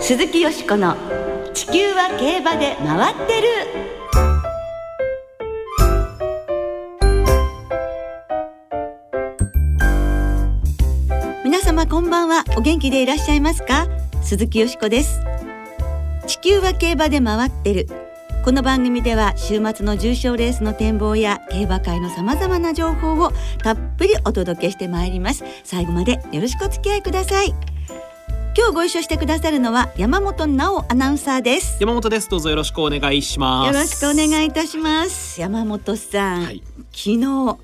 鈴木よしこの地球は競馬で回ってる。皆様こんばんは。お元気でいらっしゃいますか？鈴木よしこです。地球は競馬で回ってる。この番組では週末の重賞レースの展望や競馬界のさまざまな情報をたっぷりお届けしてまいります。最後までよろしくお付き合いください。今日ご一緒してくださるのは山本直アナウンサーです。 山本です。どうぞよろしくお願いします。 よろしくお願いいたします。山本さん、昨日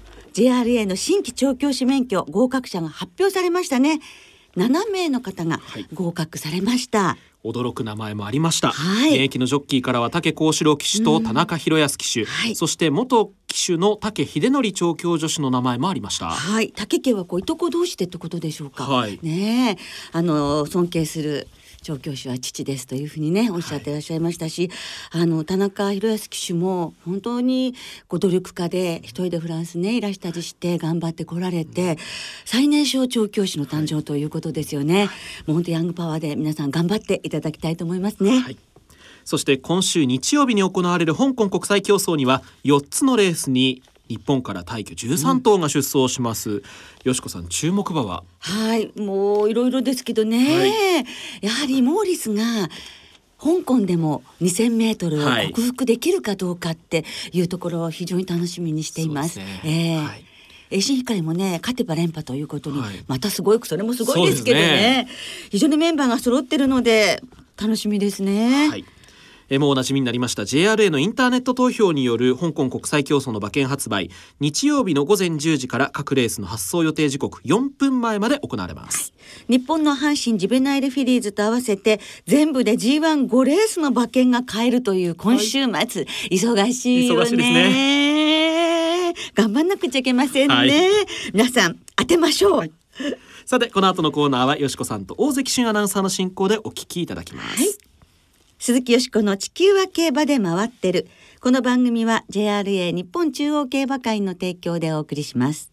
JRA の新規調教師免許合格者が発表されましたね。7名の方が合格されました。 驚く名前もありました。現役のジョッキーからは武幸四郎騎手と田中宏康騎手、そして元騎手の武秀則調教助手の名前もありました。 武家はいとこ同士でってことでしょうか。ねえ、尊敬する調教師は父ですというふうにねおっしゃっていらっしゃいましたし、田中宏康騎手も本当に努力家で一人でフランスねいらしたりして頑張ってこられて、最年少調教師の誕生ということですよね。もう本当ヤングパワーで皆さん頑張っていただきたいと思いますね。 そして今週日曜日に行われる香港国際競争には4つのレースに日本から大挙13頭が出走します。よしこさん、注目馬は？ もういろいろですけどね、やはりモーリスが香港でも 2000m を克服できるかどうかっていうところを非常に楽しみにしています。新光もね勝てば連覇ということに、またすごい、それもすごいですけどね、非常にメンバーが揃ってるので楽しみですね。 もうおなじみになりました JRA のインターネット投票による香港国際競争の馬券発売、日曜日の午前10時から各レースの発送予定時刻4分前まで行われます。 日本の阪神ジュベナイルフィリーズと合わせて全部で G15 レースの馬券が買えるという今週末、忙しいよね。忙しいですね。頑張んなくちゃいけませんね。皆さん当てましょう。 さて、この後のコーナーはよしこさんと大関俊アナウンサーの進行でお聞きいただきます。 鈴木よしこの地球は競馬で回ってる。この番組は JRA 日本中央競馬会の提供でお送りします。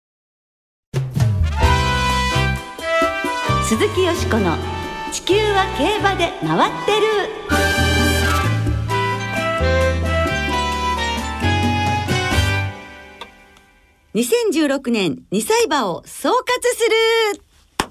鈴木よしこの地球は競馬で回ってる。2016年2歳馬を総括する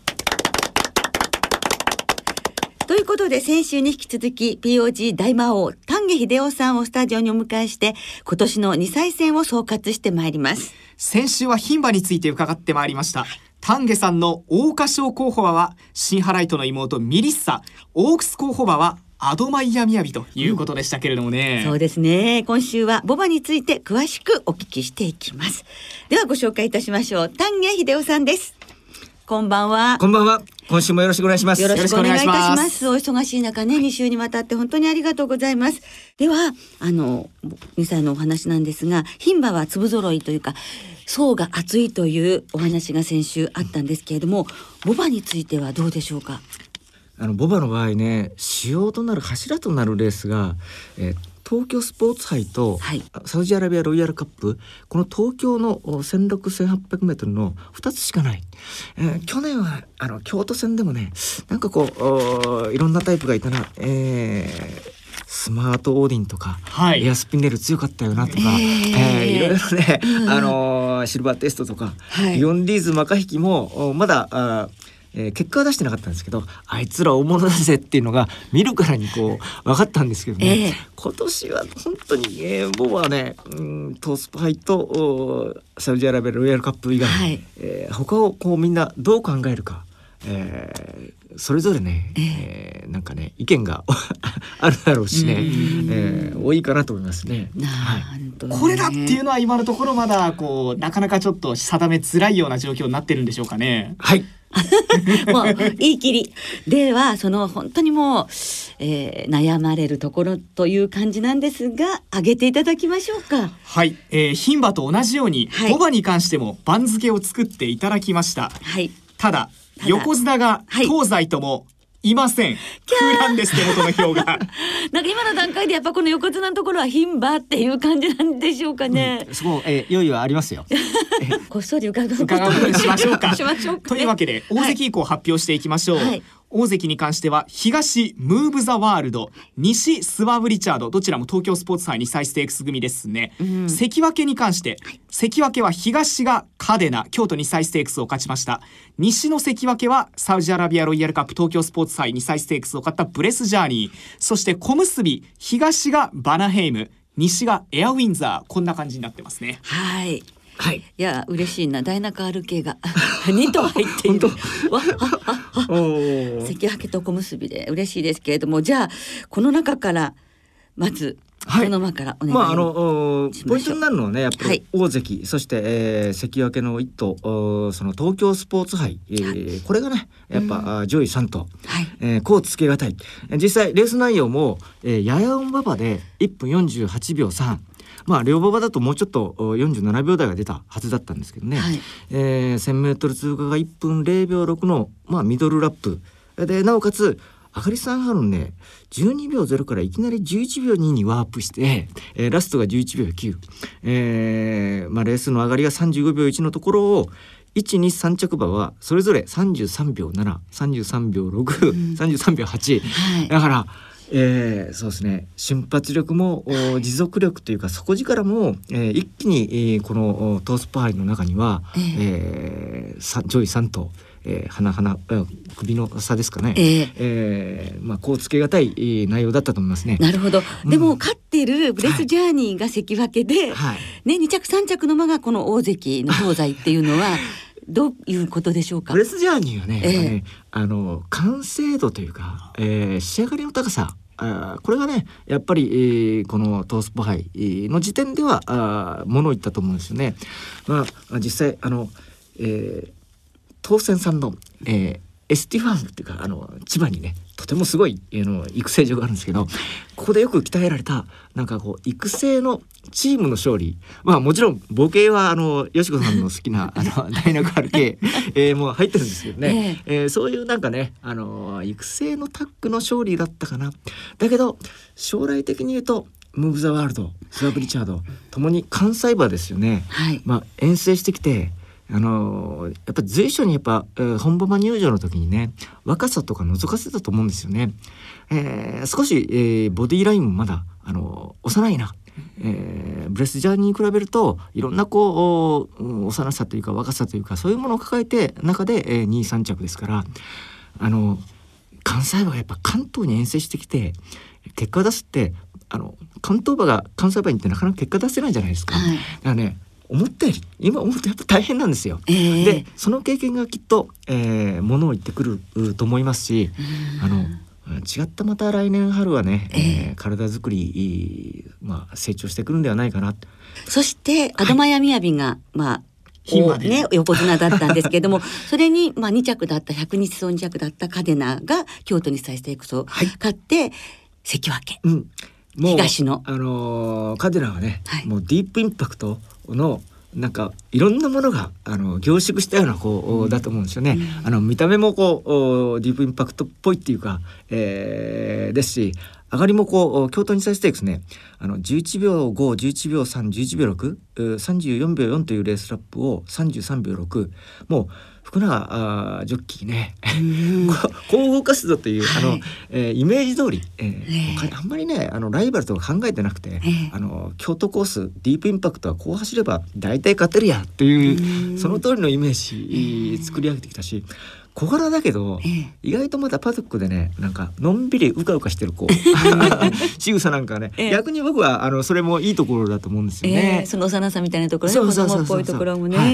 ということで、先週に引き続き POG 大魔王丹下秀夫さんをスタジオにお迎えして今年の2歳戦を総括してまいります。 先週は牝馬について伺ってまいりました。丹下さんの桜花賞候補馬はシンハライトの妹ミリッサ、オークス候補馬はアドマイヤミヤビということでしたけれどもね、 そうですね。今週はボバについて詳しくお聞きしていきます。ではご紹介いたしましょう。丹下秀夫さんです。こんばんは。 こんばんは。今週もよろしくお願いします。 よろしくお願いいたします。お忙しい中ね、2週にわたって本当にありがとうございます。では2歳のお話なんですが、牝馬は粒揃いというか層が厚いというお話が先週あったんですけれども、ボバについてはどうでしょうか？ ボバの場合ね、主要となる柱となるレースが、東京スポーツ杯と、サウジアラビアロイヤルカップ、この東京の 1600-1800m の2つしかない。去年は京都戦でもね、なんかいろんなタイプがいたな、スマートオーディンとか、エアスピネル強かったよなとか、いろいろね、シルバーテストとか、ヨンディーズマカヒキもまだ結果は出してなかったんですけど、あいつら大物だぜっていうのが見るからに分かったんですけどね、今年は本当に、僕はね、トースパイとサウジアラビアロイヤルカップ以外、他をみんなどう考えるか、それぞれね、なんかね意見があるだろうしね、多いかなと思いますね。 これだっていうのは今のところまだなかなかちょっと定めづらいような状況になってるんでしょうかね。 もう言い切りでは本当にもう、悩まれるところという感じなんですが、挙げていただきましょうか。 牝馬と同じように、ボバに関しても番付を作っていただきました。ただ横綱が東西ともいません。空欄です、手元の票がなんか今の段階でやっぱこの横綱のところは牝馬っていう感じなんでしょうかね。 そこ用意はありますよこっそり伺うことにしましょうか。 しましょうかね。 というわけで大関以降発表していきましょう。 大関に関しては東ムーブザワールド、西スワブリチャード、どちらも東京スポーツ杯2歳ステークス組ですね、関脇に関して、関脇は東がカデナ、京都2歳ステークスを勝ちました。西の関脇はサウジアラビアロイヤルカップ東京スポーツ杯2歳ステークスを勝ったブレスジャーニー、そして小結東がバナヘイム、西がエアウィンザー、こんな感じになってますね。 はい、 はい、 いや嬉しいな、ダイナカール系が2頭入っているわ関脇と小結で嬉しいですけれども、じゃあこの中からまずその間からお願いしましょう。 ポイントになるのはね、やっぱり大関、そして、関脇の一頭、その東京スポーツ杯、これがねやっぱ、上位3頭、こうつけがたい。実際レース内容も、ややオン馬場で1分48秒3、両馬場だともうちょっと47秒台が出たはずだったんですけどね、1000m 通過が1分0秒6の、ミドルラップで、なおかつあかりさんはね12秒0からいきなり11秒2にワープして、ラストが11秒9、レースの上がりが35秒1のところを1、2、3着馬はそれぞれ33秒7、33秒6、33秒8、だからそうですね、瞬発力も持続力というか底力も、一気に、このトースポ杯の中には、上位3頭、首の差ですかね、こうつけがたい内容だったと思いますね。 なるほど、でも勝ってるブレスジャーニーが関脇で、2着3着の馬がこの大関の東西っていうのはどういうことでしょうか。 ブレスジャーニーはね、完成度というか、仕上がりの高さ、これがねやっぱり、このトースポ杯の時点ではものを言ったと思うんですよね。実際当選さんの、エスティファームっていうか千葉にねとてもすごい育成場があるんですけど、ここでよく鍛えられたなんかこう育成のチームの勝利、もちろん母系はよしこさんの好きなダイナカール系、もう入ってるんですけどね、そういうなんかね育成のタッグの勝利だったかな。だけど将来的に言うとムーブ・ザ・ワールド、スワブ・リチャードともに関西馬ですよね。遠征してきてやっぱ随所にやっぱ、本馬場入場の時にね若さとか覗かせたと思うんですよね。少し、ボディラインもまだ幼いな、ブレスジャーニーに比べるといろんなこう、幼さというか若さというかそういうものを抱えて中で、2、3着ですから、関西馬がやっぱ関東に遠征してきて結果を出すって関東馬が関西馬に行ってなかなか結果出せないじゃないですか。だからね今思うとやっぱ大変なんですよ。でその経験がきっと、ものを言ってくると思いますし、違ったまた来年春はね、体作り、成長してくるんではないかな。 そしてアドマヤミヤビが、横綱だったんですけれどもそれに、2着だった100日走2着だったカデナが京都に再ステークスを勝って、関脇、 もう東の、 カデナはね、もうディープインパクトのなんかいろんなものが凝縮したようなこう、だと思うんですよね。見た目もこうディープインパクトっぽいっていうか、ですし上がりもこう京都2歳ステークスね11秒5、11秒3、11秒6、34秒4というレースラップを33秒6、もう福永ジョッキーねこう動かすぞというイメージ通り、あんまりねライバルとか考えてなくて、京都コースディープインパクトはこう走れば大体勝てるやというその通りのイメージ作り上げてきたし、小柄だけど、意外とまだパドックでねなんかのんびりうかうかしてる子仕草なんかね、逆に僕はそれもいいところだと思うんですよね。 その幼さみたいなところね、子供っぽいところもね。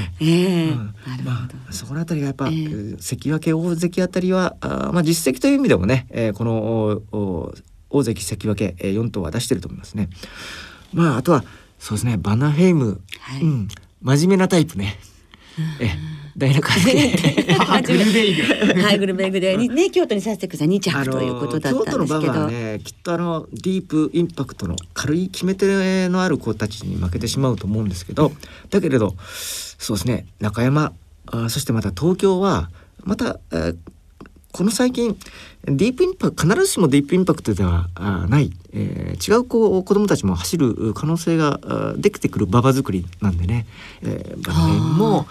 そこのあたりがやっぱ、関脇大関あたりは実績という意味でもね、この大関関脇、4頭は出してると思いますね。あとはそうですね、バナヘイム、真面目なタイプね。ダイナカールグルベイグでね、京都にさせてください2着ということだったんですけど、 京都の馬はねきっとディープインパクトの軽い決め手のある子たちに負けてしまうと思うんですけど、だけれどそうですね、中山そしてまた東京はまたこの最近ディープインパクト、必ずしもディープインパクトではない、違う子供たちも走る可能性ができてくる馬場作りなんでね、馬場も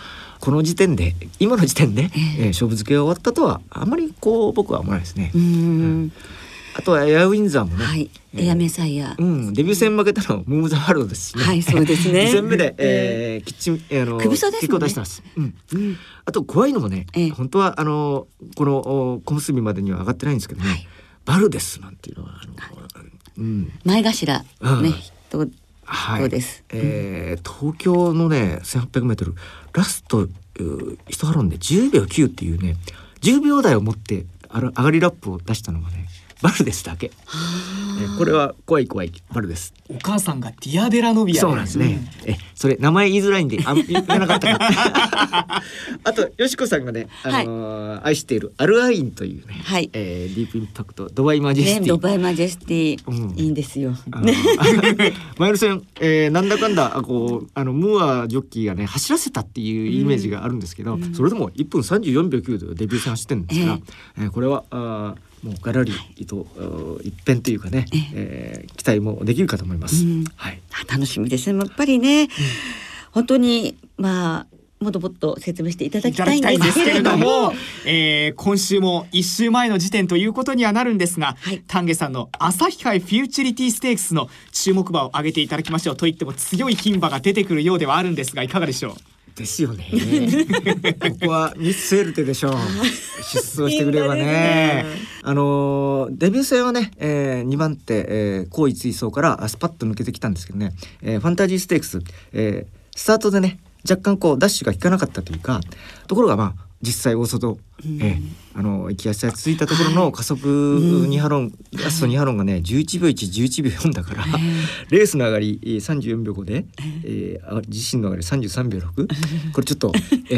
この時点で今の時点で、勝負付けが終わったとはあまりこう僕は思わないですね。あとはエアウィンザーもね、 はい、エアメサイア、 デビュー戦負けたのムーブザワールドですしね。 はい、そうですね。 2戦目で、きっちり首差ですね。 結果を出してます。あと怖いのもね、本当はこの小結までには上がってないんですけどね、はい、バルデスなんていうのは前頭ね、人です。 東京のね 1800m ラスト1ハロンで10秒9っていうね10秒台を持って上がりラップを出したのがねバルデスだけ。これは怖いバルデス。 お母さんがディアデラノビア。 そうなんですね。それ名前言いづらいんで言えなかったからあとよしこさんがね、愛しているアルアインというね、ディープインパクトドバイマジェスティ、 ドバイマジェスティ、いいんですよ。 マイル戦、なんだかんだムーアジョッキーがね走らせたっていうイメージがあるんですけど、それでも1分34秒9でデビュー戦走ってるんですから、これはもうガラリと一変というかね、期待もできるかと思います。 楽しみですね。やっぱりね、本当にもっともっと説明していただきたいんですけれども、 今週も1週前の時点ということにはなるんですが、丹下さんの朝日杯フューチュリティステークスの注目馬を挙げていただきましょう。といっても強い牝馬が出てくるようではあるんんですが、いかがでしょう。 ですよね。ここはミスセールテでしょう。出走してくればね。デビュー戦はね、2番手、高位追走からスパッと抜けてきたんですけどね、ファンタジーステークス、スタートでね若干こうダッシュが効かなかったというか、ところが実際大外、行き足がついたところの加速2ハロン、ラスト2ハロンがね11秒1、11秒4だから、レースの上がり34秒5で、自身の上がり33秒6、これちょっと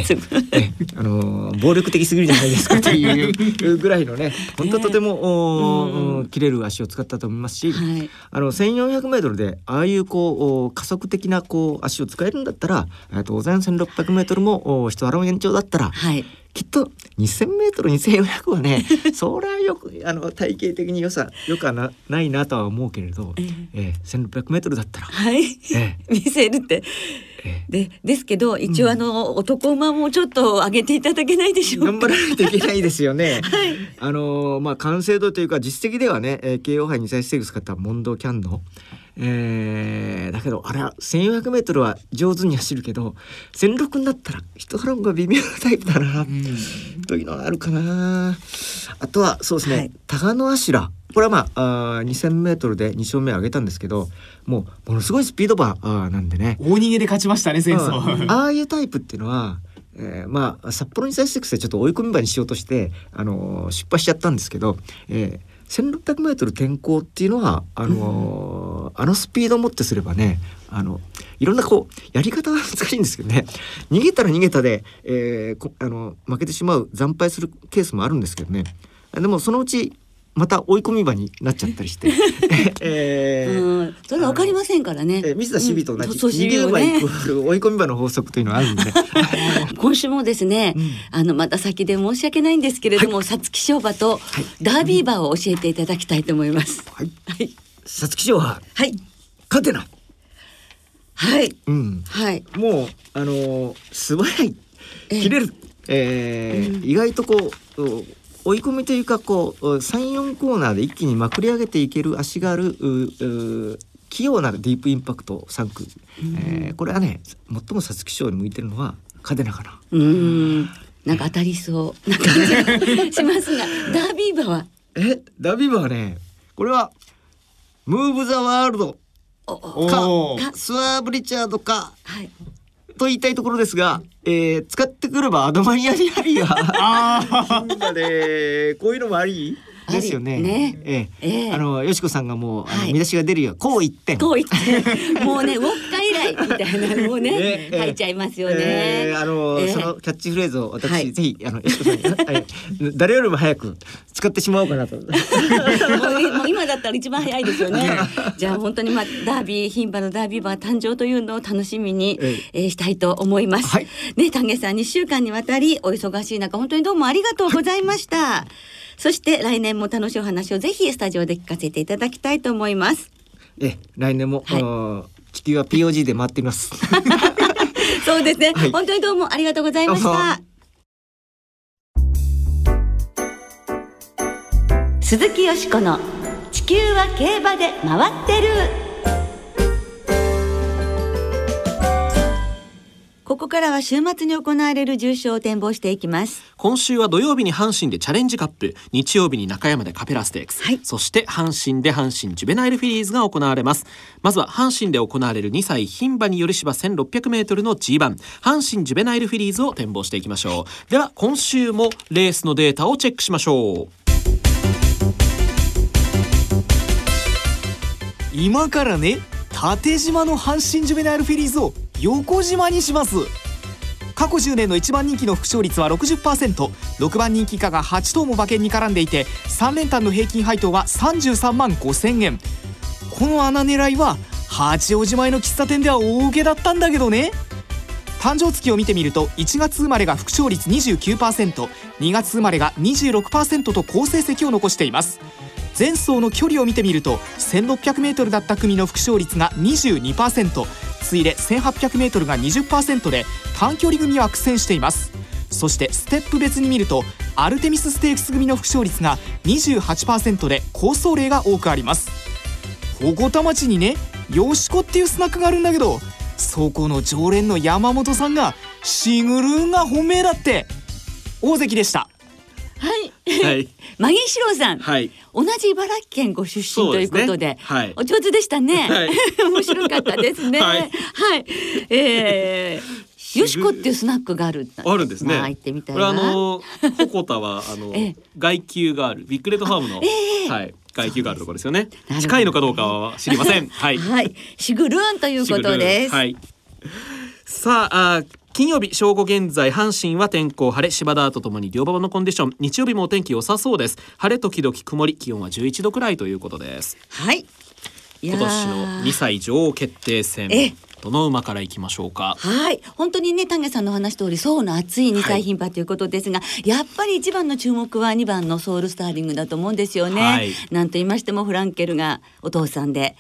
暴力的すぎるじゃないですかというぐらいのね、本当とても切れる足を使ったと思いますし、1400m でああいうこう加速的なこう足を使えるんだったら、当然1600m も1ハロン延長だったら、きっと 2000m、2400 はねそれはよく体系的によくはないなとは思うけれど、1600m だったら、 見せるって、ですけど一応男馬もちょっと上げていただけないでしょうか。 頑張らないといけないですよね。完成度というか実績ではね、KO 杯2歳ステークス勝ったモンドキャンド、だけどあれは 1400m は上手に走るけど1600になったら1ハロンが微妙なタイプだな、というのがあるかな。あとはそうですね、タガノアシュラ、これは2000m で2勝目を挙げたんですけど、ものすごいスピード馬なんでね、 大逃げで勝ちましたね前走。 ああいうタイプっていうのは札幌2歳ステークスでちょっと追い込み馬にしようとして失敗しちゃったんですけど、1600m 転向っていうのはスピードをもってすればね、いろんなこうやり方は難しいんですけどね、逃げたら逃げたで、負けてしまう惨敗するケースもあるんですけどね、でもそのうちまた追い込み場になっちゃったりしてそれは分かりませんからね。 水田シビと同じ逃げ馬イコール追い込み場の法則というのがあるんで今週もですね、また先で申し訳ないんですけれども、皐月賞馬とダービー馬を教えていただきたいと思います。 皐月賞馬、カテナ、もう素早い、切れる、意外とこう追い込みというかこう 3,4 コーナーで一気にまくり上げていける足がある器用なディープインパクト3区、これはね最も皐月賞に向いてるのはカデナかな。 なんか当たりそうな感じしますがダービー馬はダービー馬はね、これはムーブザワールドかスワーブリチャードか、と言いたいところですが、使ってくればアドマニアにありがこういうのもありですよね。よしこさんがもう、見出しが出るよ、こう言ってもうねウォッカ以来みたいなのもね、入っちゃいますよね。 そのキャッチフレーズを私、ぜひよしこさんに、誰よりも早く使ってしまおうかなともう今だったら一番早いですよね。じゃあ本当にダービー牝馬のダービー馬誕生というのを楽しみに、したいと思います。丹下さん2週間にわたりお忙しい中本当にどうもありがとうございました。そして来年も楽しいお話をぜひスタジオで聞かせていただきたいと思います。 来年も、地球は POG で回っています。 そうですね、 はい、 本当にどうもありがとうございました。鈴木よしこの地球は競馬で回ってる。ここからは週末に行われる重賞を展望していきます。 今週は土曜日に阪神でチャレンジカップ、日曜日に中山でカペラステークス、はい、そして阪神で阪神ジュベナイルフィリーズが行われます。まずは阪神で行われる2歳牝馬による芝 1600m の G1 阪神ジュベナイルフィリーズを展望していきましょう。では今週もレースのデータをチェックしましょう。 今からね、縦縞の阪神ジュベナイルフィリーズを横縞にします。過去10年の1番人気の副勝率は 60%、 6番人気以下が8頭も馬券に絡んでいて、3連単の平均配当は33万5000円。この穴狙いは八王子前の喫茶店では大受けだったんだけどね。誕生月を見てみると、1月生まれが副勝率 29%、 2月生まれが 26% と好成績を残しています。前走の距離を見てみると、 1600m だった組の副勝率が 22%、 次いで 1800m が 20% で短距離組は苦戦しています。そしてステップ別に見ると、アルテミスステークス組の副勝率が 28% で好走例が多くあります。鉾田町にね、よしこっていうスナックがあるんだけど、そこの常連の山本さんがシグルーンが本命だって。大関でした。 はい、 はい、 マギー四郎さん、 はい、 同じ茨城県ご出身ということで、 はい、 お上手でしたね、 はい、 面白かったですね。はい、はい、よしこっていうスナックがあるんですね。 行ってみたいな。 鉾田は外宮があるビッグレッドファームの、はい、外宮があるところですよね。近いのかどうかは知りません。はい、はい、 シグルーンということです。 はい、さあ金曜日正午現在、阪神は天候晴れ、芝ダートともに両馬場のコンディション、日曜日もお天気良さそうです。晴れ時々曇り、気温は11度くらいということです。 はい、 今年の2歳女王決定戦、どの馬からいきましょうか。 はい、本当にね、丹下さんの話通り層の厚い2歳牝馬ということですが、はい、やっぱり一番の注目は2番のソウルスターリングだと思うんですよね。はい、なんと言いましてもフランケルがお父さんで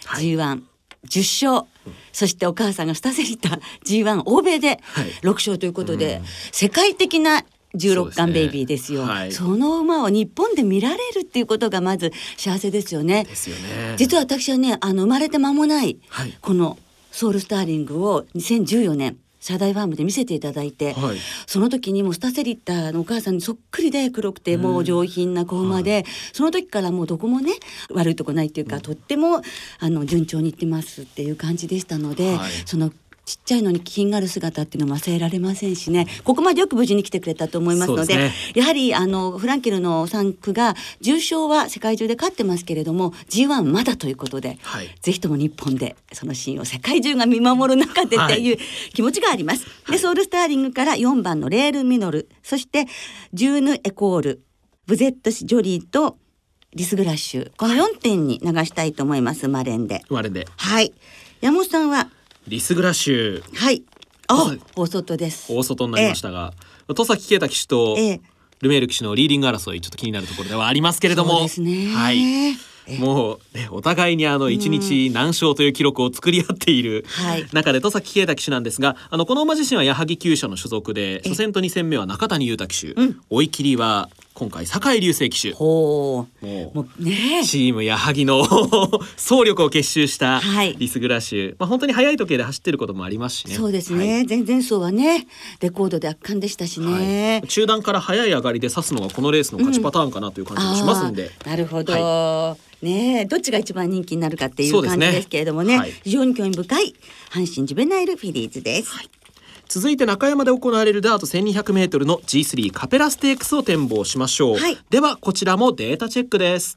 G1、10勝、そしてお母さんがスタセリタ G1 欧米で6勝ということで、世界的な16冠ベイビーですよ。 はい、その馬を日本で見られるっていうことがまず幸せですよね。 ですよね。 実は私はね、生まれて間もない、はい、このソウルスターリングを2014年社大ファームで見せていただいて、はい、その時にもスタセリッタのお母さんにそっくりで黒くてもう上品な子馬で、はい、その時からもうどこもね悪いとこないっていうか、とっても順調にいってますっていう感じでしたので、はい、そのちっちゃいのに気品がある姿っていうのは忘れられませんしね、ここまでよく無事に来てくれたと思いますの で、やはりフランケルの3区が重賞は世界中で勝ってますけれども G1 まだということで、はい、ぜひとも日本でそのシーンを世界中が見守る中でっていう気持ちがあります。はい、でソウルスターリングから4番のレールミノル、そしてジューヌエコール、ブゼットシジョリーとリスグラッシュ、この4点に流したいと思います。マレンで。はい。山本さんはリスグラッシュ、 はい、大外です。 大外になりましたが、戸崎啓太騎手とルメール騎手のリーディング争い、ちょっと気になるところではありますけれども、 そうですね、 はい、もう、ね、お互いに1日何勝という記録を作り合っている中で、戸崎啓太騎手なんですが、この馬自身は矢作厩舎の所属で、初戦と2戦目は中谷裕太騎手、追い切りは今回酒井隆成騎手、もうね、チーム矢作の総力を結集したリスグラッシュ、本当に速い時計で走ってることもありますしね。 そうですね、はい、前々走はねレコードで圧巻でしたしね、 はい、中段から速い上がりで指すのがこのレースの勝ちパターンかなという感じがしますんで、 なるほど、はい、ね、どっちが一番人気になるかっていう感じですけれども ね、はい、非常に興味深い阪神ジュベナイルフィリーズです。はい、 続いて中山で行われるダート 1200m の G3 カペラステークスを展望しましょう。はい、ではこちらもデータチェックです。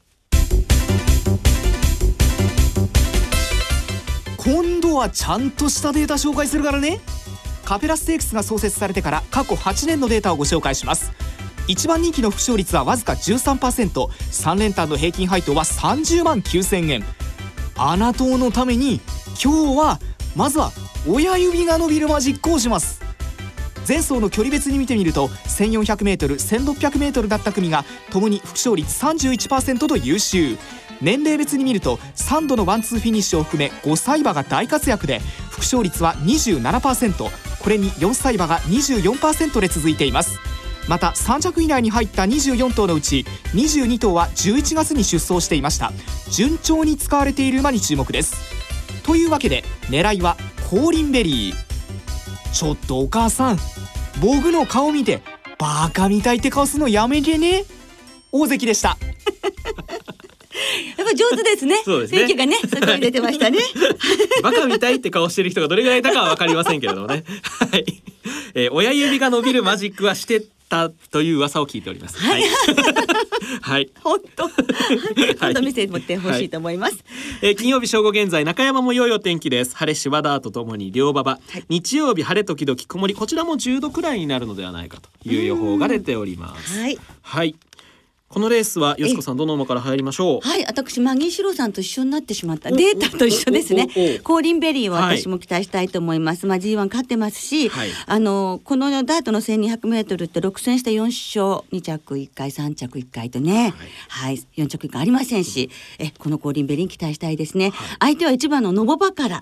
今度はちゃんとしたデータ紹介するからね。カペラステークスが創設されてから過去8年のデータをご紹介します。1番人気の副勝率はわずか 13%、 3連単の平均配当は30万9000円。あなたのために今日はまずは親指が伸びる馬実行します。前走の距離別に見てみると 1400m、1600m だった組がともに副勝率 31% と優秀。年齢別に見ると3度のワンツーフィニッシュを含め5歳馬が大活躍で副勝率は 27%、 これに4歳馬が 24% で続いています。また3着以内に入った24頭のうち22頭は11月に出走していました。順調に使われている馬に注目です。というわけで狙いはコーリンベリー。ちょっとお母さん、僕の顔見てバカみたいって顔するのやめてね。大関でした。 やっぱ上手ですね。 そうですね。 雰囲気がね、そこに出てましたね。 バカみたいって顔してる人がどれぐらいいたかは分かりませんけれどもね。はい。親指が伸びるマジックはしてたという噂を聞いております。はい。はい。 本当。今度見せてもってほしいと思います。 金曜日正午現在、中山も良いお天気です。晴れしばだとともに両馬場、はい、日曜日晴れ時々曇り、こちらも10度くらいになるのではないかという予報が出ております。 はい。 はい。このレースはよしこさん、どの馬から入りましょう。 はい、私マギーシローさんと一緒になってしまった。データと一緒ですね。コーリンベリーは私も期待したいと思います。はい、G1 勝ってますし、はい、このダートの 1200m って6戦して4勝、2着1回3着1回とね、はい、はい、4着1回ありませんし、このコーリンベリーに期待したいですね。はい、相手は1番のノボバから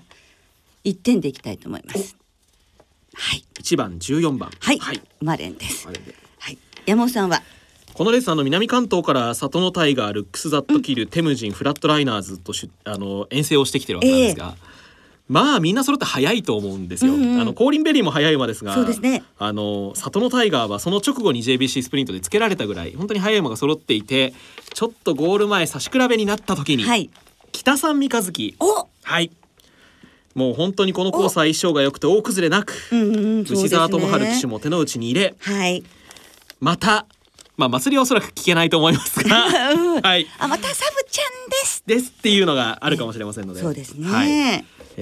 1点でいきたいと思います。はい、 1番14番、 はい、はい、マレンです。はい、山本さんはこのレース南関東から里のタイガー、ルックスザットキル、テムジン、フラットライナーズと遠征をしてきてるわけなんですが、まあみんな揃って速いと思うんですよ。コーリンベリーも速い馬ですが、 そうですね、 里のタイガーはその直後に JBC スプリントでつけられたぐらい本当に速い馬が揃っていて、ちょっとゴール前差し比べになった時に、はい、北三三日月、はい、もう本当にこのコースは相性が良くて大崩れなく、内澤智春騎手も手の内に入れ、はい、また祭りはおそらく聞けないと思いますが、はい、 またサブちゃんですっていうのがあるかもしれませんので、 そうですね、 はい、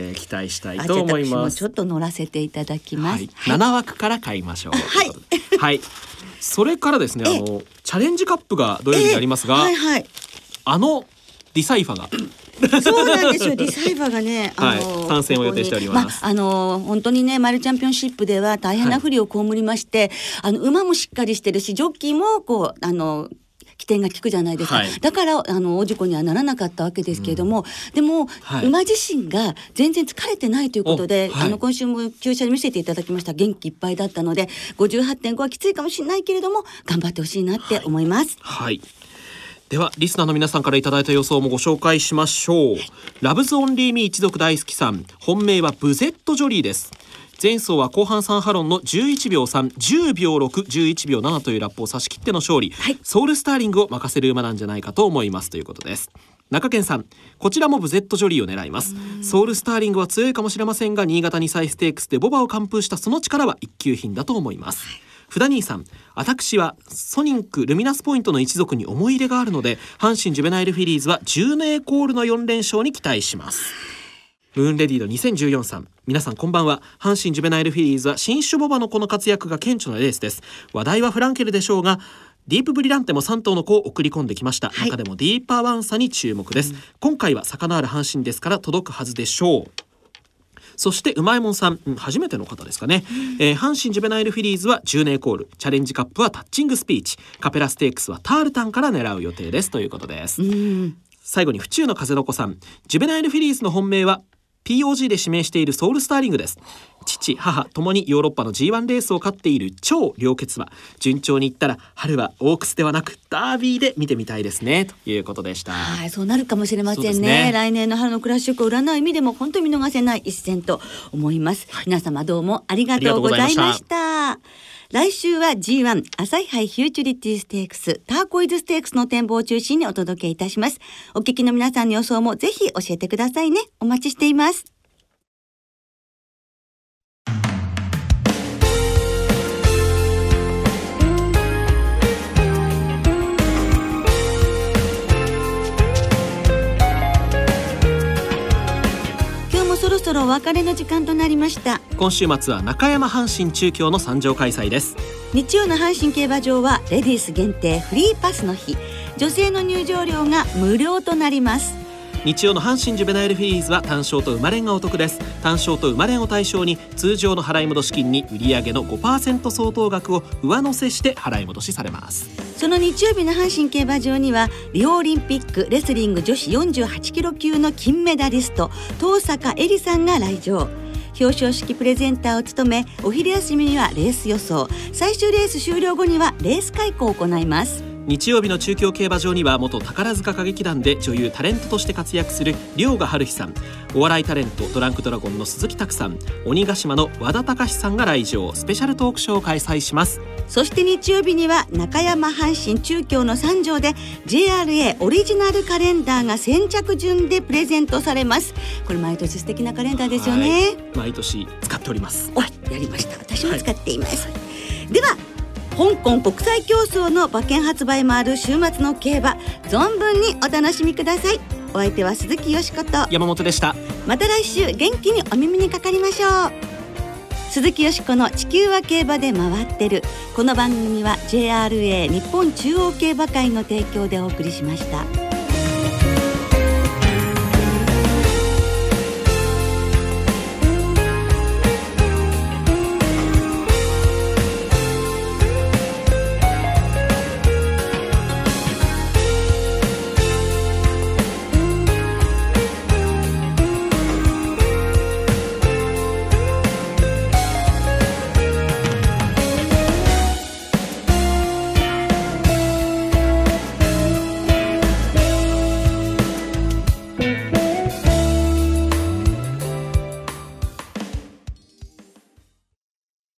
期待したいと思います。 ちょっと乗らせていただきます。 はい、7枠から買いましょう。 はい、 はい、それからですね、チャレンジカップが土曜日にありますが、はいはい、ディサイファがそうなんですよ。ディサイファがね、 参戦を予定しております。 本当にね、マイルチャンピオンシップでは大変な不利を被りまして、馬もしっかりしてるし、ジョッキーもこう起点が効くじゃないですか。はい、だから大事故にはならなかったわけですけれども、でも、はい、馬自身が全然疲れてないということで、はい、今週も厩舎で見せていただきました。元気いっぱいだったので 58.5 はきついかもしれないけれども頑張ってほしいなって思います。 はい、はい、ではリスナーの皆さんからいただいた予想もご紹介しましょう。ラブズオンリーミー一族大好きさん、本命はブゼットジョリーです。前走は後半3ハロンの11秒3、10秒6、11秒7というラップを差し切っての勝利、はい、ソウルスターリングを任せる馬なんじゃないかと思いますということです。中堅さん、こちらもブゼットジョリーを狙います。ソウルスターリングは強いかもしれませんが、新潟2歳ステークスでボバを完封したその力は一級品だと思います。フダ兄さん、私はソニンクルミナスポイントの一族に思い入れがあるので、阪神ジュベナイルフィリーズは10年コールの4連勝に期待します。ムーンレディード2014さん、皆さんこんばんは。阪神ジュベナイルフィリーズは新種ボバのこの活躍が顕著なレースです。話題はフランケルでしょうが、ディープブリランテも3頭の子を送り込んできました、はい、中でもディーパーワンサに注目です、今回は差のある阪神ですから届くはずでしょう。そしてうまいもんさん、初めての方ですかね、阪神ジュベナイルフィリーズは10年コール、チャレンジカップはタッチングスピーチ、カペラステークスはタールタンから狙う予定ですということです。最後に府中の風の子さん、ジュベナイルフィリーズの本命はPOG で指名しているソウルスターリングです。父母ともにヨーロッパの G1 レースを勝っている超良血馬、順調にいったら春はオークスではなくダービーで見てみたいですねということでした。 はい、そうなるかもしれません ね。来年の春のクラシックを占う意味でも本当に見逃せない一戦と思います、はい、皆様どうもありがとうございました。来週は G1 朝日杯フューチュリティステークス、ターコイズステークスの展望を中心にお届けいたします。お聞きの皆さんの予想もぜひ教えてくださいね。お待ちしています。そろそろお別れの時間となりました。 今週末は中山阪神中京の参上開催です。 日曜の阪神競馬場はレディース限定フリーパスの日、女性の入場料が無料となります。 日曜の阪神ジュベナイルフィリーズは単勝と馬連がお得です。単勝と馬連を対象に通常の払い戻し金に売上の 5% 相当額を上乗せして払い戻しされます。 その日曜日の阪神競馬場にはリオオリンピックレスリング女子48キロ級の金メダリスト登坂絵莉さんが来場。 表彰式プレゼンターを務め、お昼休みにはレース予想、最終レース終了後にはレース開講を行います。 日曜日の中京競馬場には元宝塚歌劇団で女優タレントとして活躍する遼河はるひさん、お笑いタレントドランクドラゴンの鈴木拓さん、鬼ヶ島の和田隆さんが来場、スペシャルトークショーを開催します。 そして日曜日には中山阪神中京の3条で JRA オリジナルカレンダーが先着順でプレゼントされます。これ毎年素敵なカレンダーですよね。 毎年使っております。 やりました。私も使っています、では香港国際競争の馬券発売もある週末の競馬、存分にお楽しみください。お相手は鈴木よしこと山本でした。 また来週元気にお耳にかかりましょう。鈴木よしこの地球は競馬で回ってる。この番組は JRA 日本中央競馬会の提供でお送りしました。